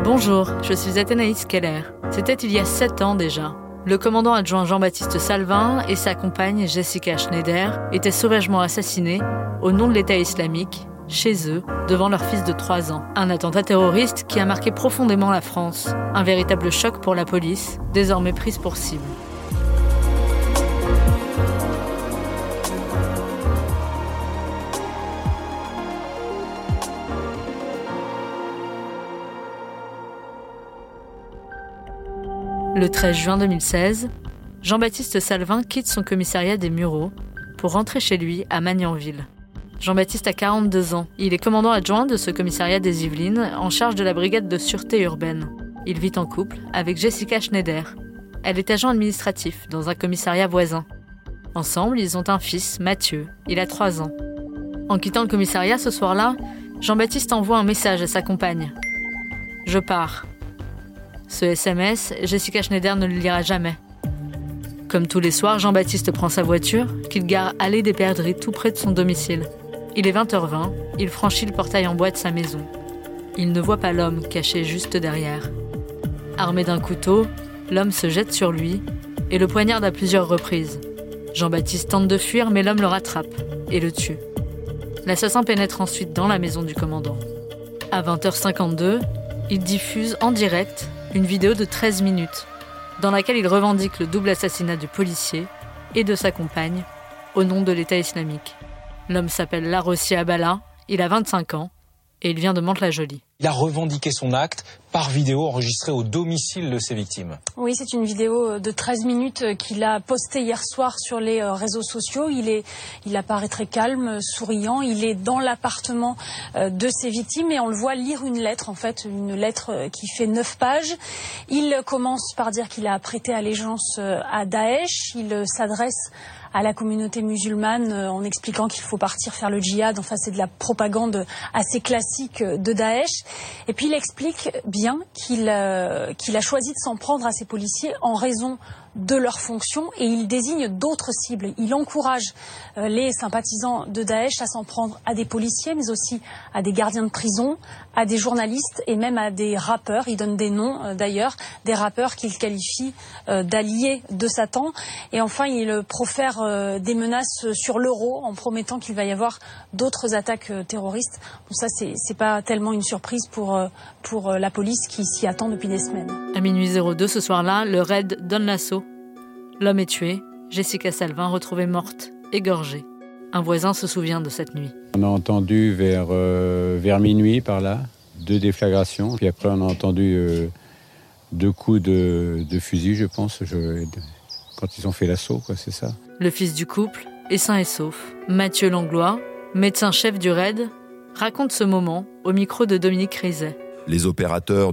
Bonjour, je suis Athénaïs Keller. C'était il y a 7 ans déjà. Le commandant adjoint Jean-Baptiste Salvin et sa compagne Jessica Schneider étaient sauvagement assassinés au nom de l'État islamique, chez eux, devant leur fils de 3 ans. Un attentat terroriste qui a marqué profondément la France. Un véritable choc pour la police, désormais prise pour cible. Le 13 juin 2016, Jean-Baptiste Salvin quitte son commissariat des Mureaux pour rentrer chez lui à Magnanville. Jean-Baptiste a 42 ans. Il est commandant adjoint de ce commissariat des Yvelines en charge de la brigade de sûreté urbaine. Il vit en couple avec Jessica Schneider. Elle est agent administratif dans un commissariat voisin. Ensemble, ils ont un fils, Mathieu. Il a 3 ans. En quittant le commissariat ce soir-là, Jean-Baptiste envoie un message à sa compagne. « Je pars ». Ce SMS, Jessica Schneider ne le lira jamais. Comme tous les soirs, Jean-Baptiste prend sa voiture, qu'il gare allée des Perdrix tout près de son domicile. Il est 20h20, il franchit le portail en bois de sa maison. Il ne voit pas l'homme caché juste derrière. Armé d'un couteau, l'homme se jette sur lui et le poignarde à plusieurs reprises. Jean-Baptiste tente de fuir, mais l'homme le rattrape et le tue. L'assassin pénètre ensuite dans la maison du commandant. À 20h52, il diffuse en direct une vidéo de 13 minutes dans laquelle il revendique le double assassinat du policier et de sa compagne au nom de l'État islamique. L'homme s'appelle Larossi Abala, il a 25 ans et il vient de Mantes-la-Jolie. Il a revendiqué son acte par vidéo enregistrée au domicile de ses victimes. Oui, c'est une vidéo de 13 minutes qu'il a postée hier soir sur les réseaux sociaux. Il apparaît très calme, souriant. Il est dans l'appartement de ses victimes et on le voit lire une lettre, en fait, une lettre qui fait 9 pages. Il commence par dire qu'il a prêté allégeance à Daesh. Il s'adresse à la communauté musulmane en expliquant qu'il faut partir faire le djihad. Enfin, c'est de la propagande assez classique de Daesh. Et puis il explique bien qu'il a choisi de s'en prendre à ces policiers en raison de leur fonction et il désigne d'autres cibles. Il encourage les sympathisants de Daesh à s'en prendre à des policiers, mais aussi à des gardiens de prison, à des journalistes et même à des rappeurs. Il donne des noms d'ailleurs, des rappeurs qu'il qualifie d'alliés de Satan. Et enfin, il profère des menaces sur l'euro en promettant qu'il va y avoir d'autres attaques terroristes. Bon, ça, c'est pas tellement une surprise pour la police qui s'y attend depuis des semaines. À minuit 02 ce soir-là, le raid donne l'assaut. L'homme est tué, Jessica Salvin retrouvée morte, égorgée. Un voisin se souvient de cette nuit. On a entendu vers minuit par là, 2 déflagrations. Puis après on a entendu 2 coups de fusil, je pense, quand ils ont fait l'assaut, quoi, c'est ça. Le fils du couple est sain et sauf. Mathieu Langlois, médecin-chef du raid, raconte ce moment au micro de Dominique Rizet. Les opérateurs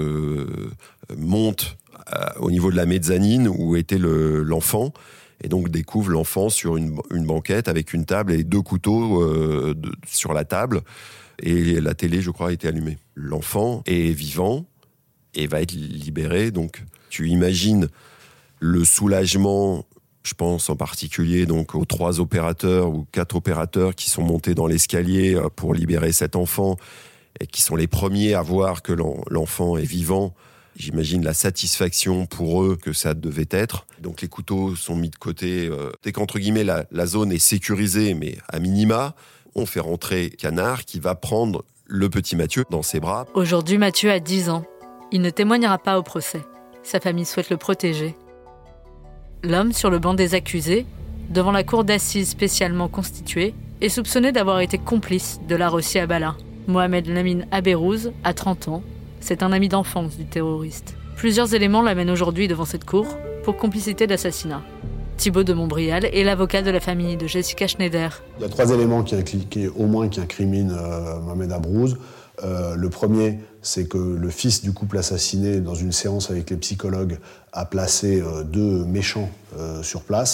montent au niveau de la mezzanine où était l'enfant et donc découvrent l'enfant sur une banquette avec une table et 2 couteaux sur la table et la télé, je crois, a été allumée. L'enfant est vivant et va être libéré. Donc tu imagines le soulagement, je pense en particulier donc aux 3 opérateurs ou 4 opérateurs qui sont montés dans l'escalier pour libérer cet enfant et qui sont les premiers à voir que l'enfant est vivant. J'imagine la satisfaction pour eux que ça devait être. Donc les couteaux sont mis de côté. Dès qu'entre guillemets la zone est sécurisée, mais à minima, on fait rentrer Canard qui va prendre le petit Mathieu dans ses bras. Aujourd'hui, Mathieu a 10 ans. Il ne témoignera pas au procès. Sa famille souhaite le protéger. L'homme sur le banc des accusés, devant la cour d'assises spécialement constituée, est soupçonné d'avoir été complice de Larossi Abala. Mohamed Lamine Aberouz a 30 ans. C'est un ami d'enfance du terroriste. Plusieurs éléments l'amènent aujourd'hui devant cette cour pour complicité d'assassinat. Thibaut de Montbrial est l'avocat de la famille de Jessica Schneider. Il y a 3 éléments qui incriminent Mohamed Aberouz. Le premier, c'est que le fils du couple assassiné, dans une séance avec les psychologues, a placé 2 méchants sur place.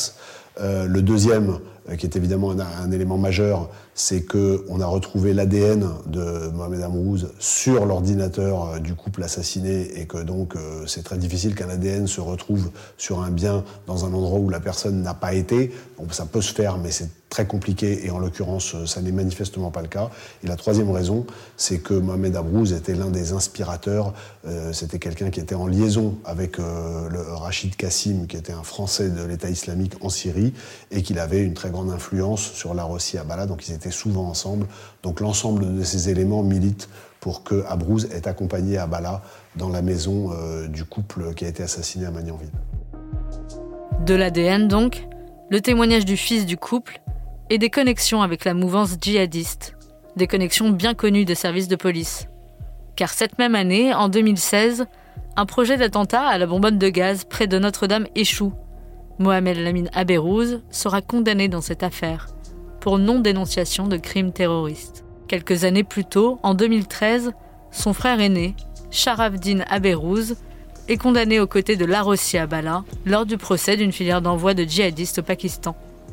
Le deuxième, qui est évidemment un élément majeur, c'est qu'on a retrouvé l'ADN de Mohamed Amrouz sur l'ordinateur du couple assassiné et que donc c'est très difficile qu'un ADN se retrouve sur un bien dans un endroit où la personne n'a pas été. Donc ça peut se faire, mais c'est très compliqué et en l'occurrence, ça n'est manifestement pas le cas. Et la troisième raison, c'est que Mohamed Amrouz était l'un des inspirateurs. C'était quelqu'un qui était en liaison avec le Rachid Kassim, qui était un Français de l'État islamique en Syrie et qu'il avait une très grande influence sur la Rossi Abala. Donc ils étaient souvent ensemble. Donc l'ensemble de ces éléments militent pour que Amrouz ait accompagné Abala dans la maison du couple qui a été assassiné à Magnanville. De l'ADN donc, le témoignage du fils du couple et des connexions avec la mouvance djihadiste, des connexions bien connues des services de police. Car cette même année, en 2016, un projet d'attentat à la bonbonne de gaz près de Notre-Dame échoue. Mohamed Lamine Aberouz sera condamné dans cette affaire pour non-dénonciation de crimes terroristes. Quelques années plus tôt, en 2013, son frère aîné, Sharafdin Aberouz, est condamné aux côtés de Larossi Abala lors du procès d'une filière d'envoi de djihadistes au Pakistan.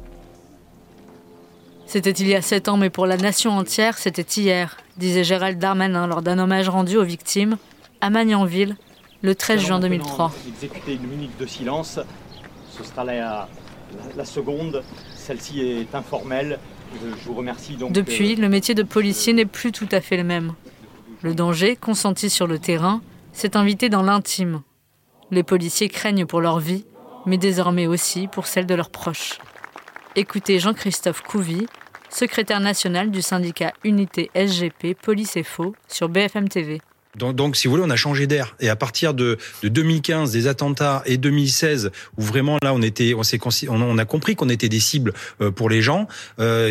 C'était il y a 7 ans, mais pour la nation entière, c'était hier, disait Gérald Darmanin lors d'un hommage rendu aux victimes à Magnanville, le 13 juin 2003. Exécuter une minute de silence, ce sera la seconde, celle-ci est informelle. Je vous remercie donc. Depuis, le métier de policier n'est plus tout à fait le même. Le danger, consenti sur le terrain, s'est invité dans l'intime. Les policiers craignent pour leur vie, mais désormais aussi pour celle de leurs proches. Écoutez Jean-Christophe Couvi, secrétaire national du syndicat Unité SGP Police et Faux sur BFM TV. Donc, si vous voulez, on a changé d'air. Et à partir de 2015, des attentats, et 2016, où vraiment là, on a compris qu'on était des cibles pour les gens, pour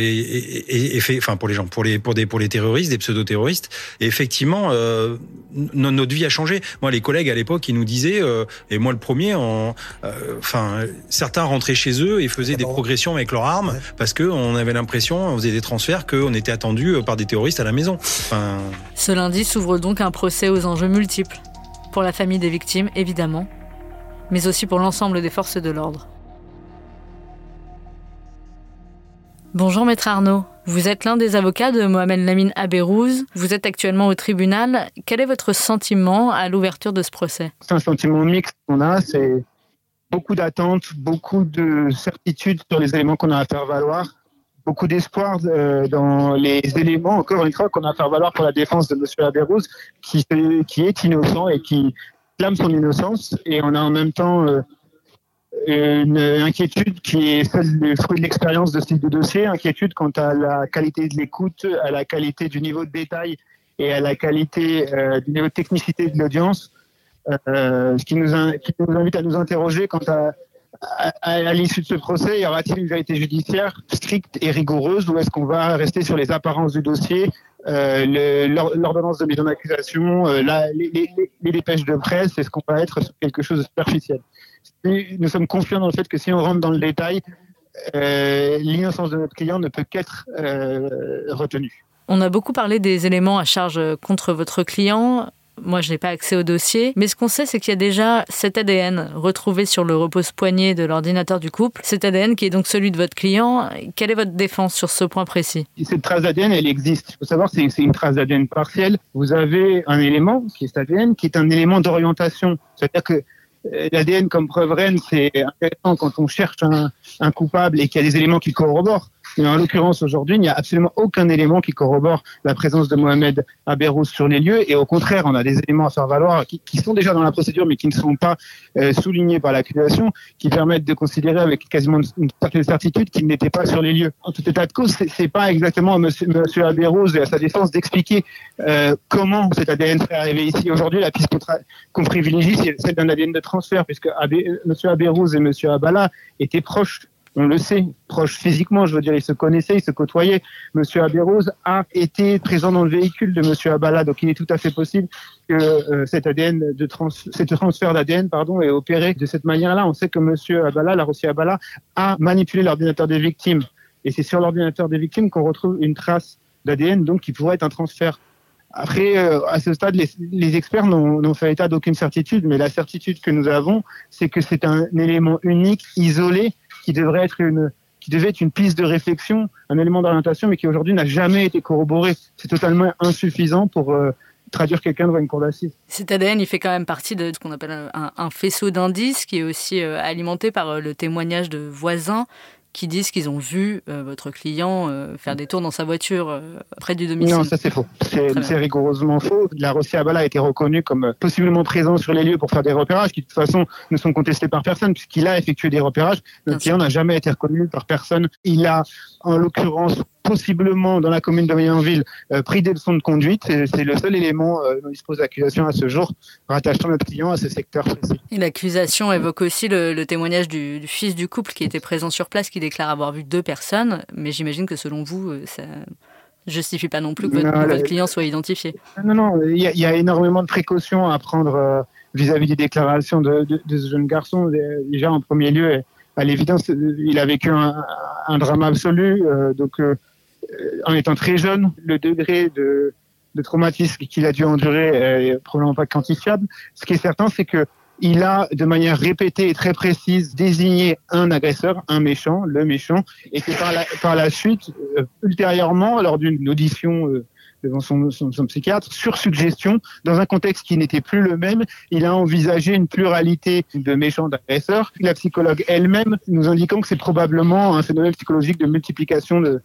les terroristes, des pseudo-terroristes. Et effectivement, notre vie a changé. Moi, les collègues à l'époque, ils nous disaient, et moi le premier, certains rentraient chez eux et faisaient des progressions avec leurs armes parce que on avait l'impression, on faisait des transferts, qu'on était attendus par des terroristes à la maison. Ce lundi s'ouvre donc un procès aux enjeux multiples, pour la famille des victimes évidemment, mais aussi pour l'ensemble des forces de l'ordre. Bonjour Maître Arnaud, vous êtes l'un des avocats de Mohamed Lamine Aberouz, vous êtes actuellement au tribunal. Quel est votre sentiment à l'ouverture de ce procès ? C'est un sentiment mixte qu'on a, c'est beaucoup d'attentes, beaucoup de certitudes sur les éléments qu'on a à faire valoir. Beaucoup d'espoir dans les éléments, encore une fois, qu'on a à faire valoir pour la défense de M. Aberouz, qui est innocent et qui clame son innocence. Et on a en même temps une inquiétude qui est celle du fruit de l'expérience de ce type de dossier, inquiétude quant à la qualité de l'écoute, à la qualité du niveau de détail et à la qualité du niveau de technicité de l'audience, ce qui nous invite à nous interroger quant à l'issue de ce procès, y aura-t-il une vérité judiciaire stricte et rigoureuse ou est-ce qu'on va rester sur les apparences du dossier, l'ordonnance de mise en accusation, les dépêches de presse, est-ce qu'on va être sur quelque chose de superficiel ? Nous sommes confiants dans le fait que si on rentre dans le détail, l'innocence de notre client ne peut qu'être retenue. On a beaucoup parlé des éléments à charge contre votre client. Moi, je n'ai pas accès au dossier, mais ce qu'on sait, c'est qu'il y a déjà cet ADN retrouvé sur le repose-poignet de l'ordinateur du couple. Cet ADN qui est donc celui de votre client. Quelle est votre défense sur ce point précis ? Cette trace d'ADN, elle existe. Il faut savoir que c'est une trace d'ADN partielle. Vous avez un élément, qui est cet ADN, qui est un élément d'orientation. C'est-à-dire que l'ADN comme preuve reine, c'est intéressant quand on cherche un coupable et qu'il y a des éléments qui corroborent. Mais en l'occurrence, aujourd'hui, il n'y a absolument aucun élément qui corrobore la présence de Mohamed Aberouz sur les lieux. Et au contraire, on a des éléments à faire valoir qui sont déjà dans la procédure, mais qui ne sont pas soulignés par l'accusation, qui permettent de considérer avec quasiment une certaine certitude qu'il n'était pas sur les lieux. En tout état de cause, c'est pas exactement monsieur Aberouz et à sa défense d'expliquer comment cet ADN serait arrivé ici. Aujourd'hui, la piste qu'on privilégie, c'est celle d'un ADN de transfert, puisque monsieur Aberouz et monsieur Abala étaient proches. On le sait, proche physiquement, je veux dire, ils se connaissaient, ils se côtoyaient. Monsieur Aberouz a été présent dans le véhicule de Monsieur Abala, donc il est tout à fait possible que cet transfert d'ADN, est opéré de cette manière-là. On sait que Monsieur Abala, Larossi Abala, a manipulé l'ordinateur des victimes, et c'est sur l'ordinateur des victimes qu'on retrouve une trace d'ADN, donc qui pourrait être un transfert. Après, à ce stade, les experts n'ont fait état d'aucune certitude, mais la certitude que nous avons, c'est que c'est un élément unique, isolé, qui devait être une piste de réflexion, un élément d'orientation, mais qui aujourd'hui n'a jamais été corroboré. C'est totalement insuffisant pour traduire quelqu'un devant une cour d'assises. Cet ADN, il fait quand même partie de ce qu'on appelle un faisceau d'indices qui est aussi alimenté par le témoignage de voisins qui disent qu'ils ont vu votre client faire des tours dans sa voiture près du domicile. Non, ça c'est faux. C'est rigoureusement faux. La Rossi Abala a été reconnu comme possiblement présent sur les lieux pour faire des repérages qui de toute façon ne sont contestés par personne puisqu'il a effectué des repérages. Notre client n'a jamais été reconnu par personne. Il a, en l'occurrence, possiblement dans la commune de Magnanville, pris des leçons de conduite. C'est le seul élément dont dispose l'accusation à ce jour, rattachant notre client à ce secteur précis. Et l'accusation évoque aussi le témoignage du fils du couple qui était présent sur place, qui déclare avoir vu 2 personnes. Mais j'imagine que selon vous, ça justifie pas non plus que votre client soit identifié. Non, il y a énormément de précautions à prendre vis-à-vis des déclarations de ce jeune garçon. Déjà, en premier lieu, à l'évidence, il a vécu un drame absolu. En étant très jeune, le degré de traumatisme qu'il a dû endurer est probablement pas quantifiable. Ce qui est certain, c'est que il a, de manière répétée et très précise, désigné un agresseur, un méchant, le méchant, et que par la suite, ultérieurement, lors d'une audition devant son psychiatre, sur suggestion, dans un contexte qui n'était plus le même, il a envisagé une pluralité de méchants, d'agresseurs. La psychologue elle-même nous indiquant que c'est probablement un phénomène psychologique de multiplication de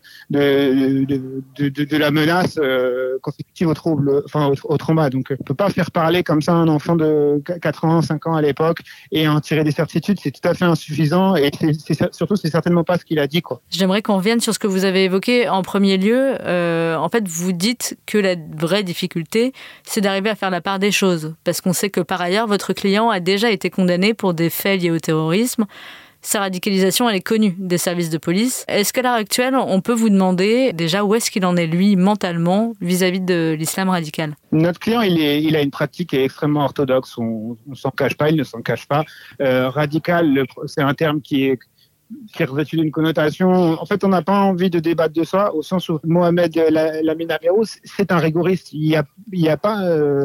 la menace consécutive au trouble, enfin au trauma. Donc, on peut pas faire parler comme ça un enfant de 4 ans, 5 ans à l'époque et en tirer des certitudes. C'est tout à fait insuffisant et surtout, c'est certainement pas ce qu'il a dit, quoi. J'aimerais qu'on revienne sur ce que vous avez évoqué en premier lieu. En fait, vous dites que la vraie difficulté, c'est d'arriver à faire la part des choses. Parce qu'on sait que par ailleurs, votre client a déjà été condamné pour des faits liés au terrorisme. Sa radicalisation, elle est connue des services de police. Est-ce qu'à l'heure actuelle, on peut vous demander déjà où est-ce qu'il en est, lui, mentalement, vis-à-vis de l'islam radical ? Notre client, il a une pratique qui est extrêmement orthodoxe. On s'en cache pas, il ne s'en cache pas. Radical, c'est un terme qui est revêtu d'une connotation. En fait, on n'a pas envie de débattre de ça, au sens où Mohamed Lamine Amirou, c'est un rigoriste. Il y a pas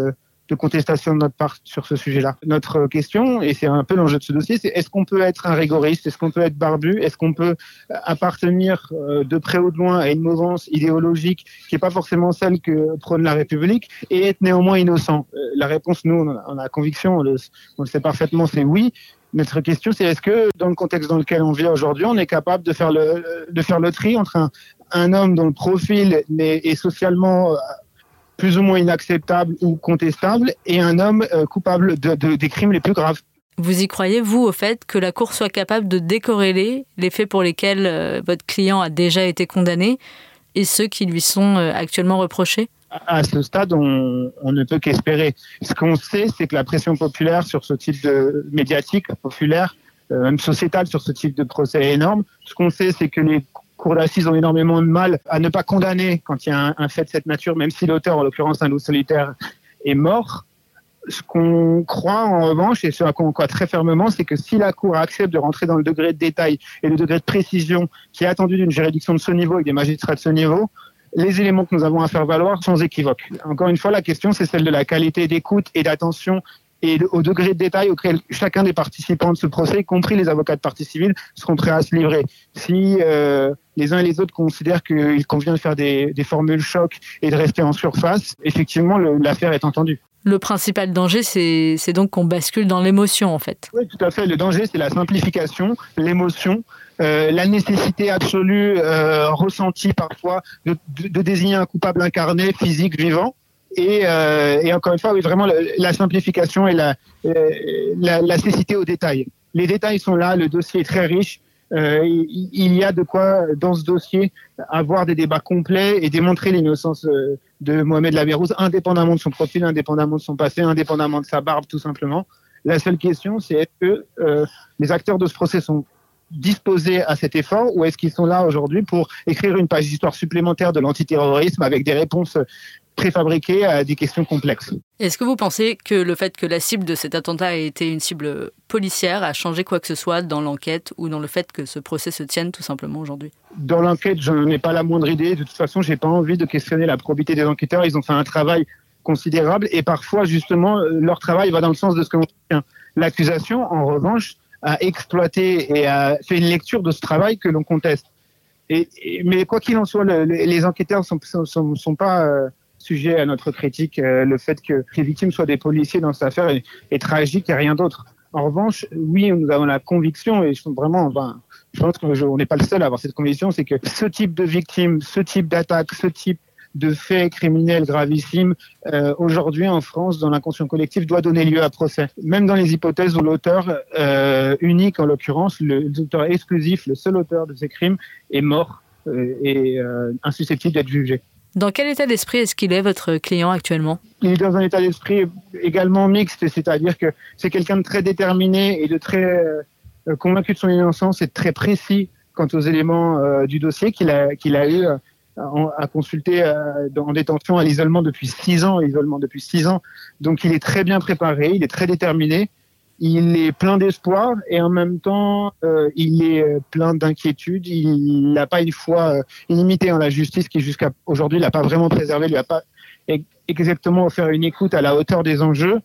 de contestation de notre part sur ce sujet-là. Notre question, et c'est un peu l'enjeu de ce dossier, c'est est-ce qu'on peut être un rigoriste, est-ce qu'on peut être barbu, est-ce qu'on peut appartenir de près ou de loin à une mouvance idéologique qui n'est pas forcément celle que prône la République et être néanmoins innocent. La réponse, nous, on a la conviction, on le sait parfaitement, c'est oui. Notre question, c'est est-ce que dans le contexte dans lequel on vit aujourd'hui, on est capable de faire le tri entre un homme dont le profil est socialement plus ou moins inacceptable ou contestable et un homme coupable des crimes les plus graves. Vous y croyez, vous, au fait que la Cour soit capable de décorréler les faits pour lesquels votre client a déjà été condamné et ceux qui lui sont actuellement reprochés ? À ce stade, on ne peut qu'espérer. Ce qu'on sait, c'est que la pression populaire sur ce type de médiatique, populaire, même sociétale sur ce type de procès est énorme. Ce qu'on sait, c'est que les cours d'assises ont énormément de mal à ne pas condamner quand il y a un fait de cette nature, même si l'auteur, en l'occurrence un loup solitaire, est mort. Ce qu'on croit en revanche, et ce à quoi on croit très fermement, c'est que si la Cour accepte de rentrer dans le degré de détail et le degré de précision qui est attendu d'une juridiction de ce niveau avec des magistrats de ce niveau, les éléments que nous avons à faire valoir sont équivoques. Encore une fois, la question, c'est celle de la qualité d'écoute et d'attention et au degré de détail auquel chacun des participants de ce procès, y compris les avocats de partie civile, seront prêts à se livrer. Si les uns et les autres considèrent qu'il convient de faire des formules choc et de rester en surface, effectivement, l'affaire est entendue. Le principal danger, c'est donc qu'on bascule dans l'émotion, en fait. Oui, tout à fait. Le danger, c'est la simplification, l'émotion, la nécessité absolue, ressentie parfois, de désigner un coupable incarné, physique, vivant. Et encore une fois, oui, vraiment la simplification et la cécité aux détails. Les détails sont là, le dossier est très riche. Il y a de quoi, dans ce dossier, avoir des débats complets et démontrer l'innocence de Mohamed Labérouz, indépendamment de son profil, indépendamment de son passé, indépendamment de sa barbe, tout simplement. La seule question, c'est est-ce que les acteurs de ce procès sont disposés à cet effort ou est-ce qu'ils sont là aujourd'hui pour écrire une page d'histoire supplémentaire de l'antiterrorisme avec des réponses préfabriquées à des questions complexes. Est-ce que vous pensez que le fait que la cible de cet attentat ait été une cible policière a changé quoi que ce soit dans l'enquête ou dans le fait que ce procès se tienne tout simplement aujourd'hui ? Dans l'enquête, je n'ai pas la moindre idée. De toute façon, je n'ai pas envie de questionner la probité des enquêteurs. Ils ont fait un travail considérable et parfois, justement, leur travail va dans le sens de ce que l'on tient. L'accusation, en revanche, a exploité et a fait une lecture de ce travail que l'on conteste. Mais quoi qu'il en soit, les enquêteurs sont pas sujets à notre critique. Le fait que les victimes soient des policiers dans cette affaire est tragique et rien d'autre. En revanche, oui, nous avons la conviction, et je pense qu'on n'est pas le seul à avoir cette conviction, c'est que ce type de victimes, ce type d'attaque, ce type de faits criminels gravissimes, aujourd'hui en France, dans l'inconscient collectif, doit donner lieu à procès. Même dans les hypothèses où l'auteur unique, en l'occurrence, l'auteur exclusif, le seul auteur de ces crimes, est mort et insusceptible d'être jugé. Dans quel état d'esprit est-ce qu'il est, votre client, actuellement ? Il est dans un état d'esprit également mixte, c'est-à-dire que c'est quelqu'un de très déterminé et de très convaincu de son innocence et de très précis quant aux éléments du dossier qu'il a eu à consulter en détention à l'isolement depuis 6 ans. Donc il est très bien préparé, il est très déterminé, il est plein d'espoir et en même temps il est plein d'inquiétude. Il n'a pas une foi illimitée en la justice qui jusqu'à aujourd'hui l'a pas vraiment préservé, lui a pas exactement offert une écoute à la hauteur des enjeux.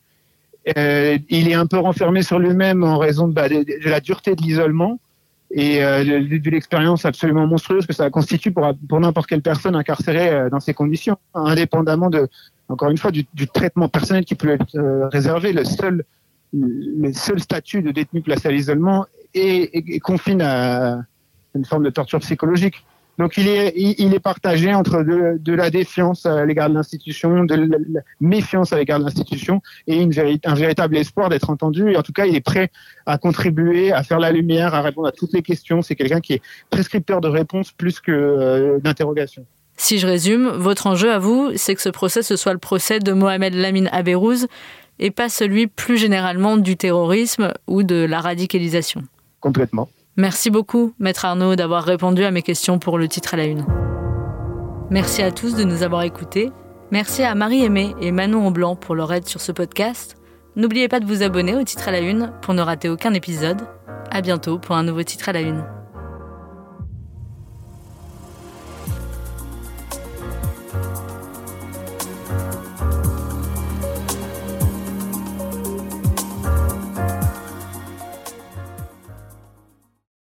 Il est un peu renfermé sur lui-même en raison de la dureté de l'isolement et de l'expérience absolument monstrueuse que ça constitue pour n'importe quelle personne incarcérée dans ces conditions, indépendamment encore une fois, du traitement personnel qui peut être réservé. Le seul statut de détenu placé à l'isolement et confine à une forme de torture psychologique. Donc il est partagé entre de la défiance à l'égard de l'institution, de la méfiance à l'égard de l'institution et un véritable espoir d'être entendu. Et en tout cas, il est prêt à contribuer, à faire la lumière, à répondre à toutes les questions. C'est quelqu'un qui est prescripteur de réponses plus que d'interrogations. Si je résume, votre enjeu à vous, c'est que ce procès, ce soit le procès de Mohamed Lamine Aberouz et pas celui plus généralement du terrorisme ou de la radicalisation. Complètement. Merci beaucoup, Maître Arnaud, d'avoir répondu à mes questions pour le titre à la une. Merci à tous de nous avoir écoutés. Merci à Marie-Aimée et Manon Blanc pour leur aide sur ce podcast. N'oubliez pas de vous abonner au titre à la une pour ne rater aucun épisode. À bientôt pour un nouveau titre à la une.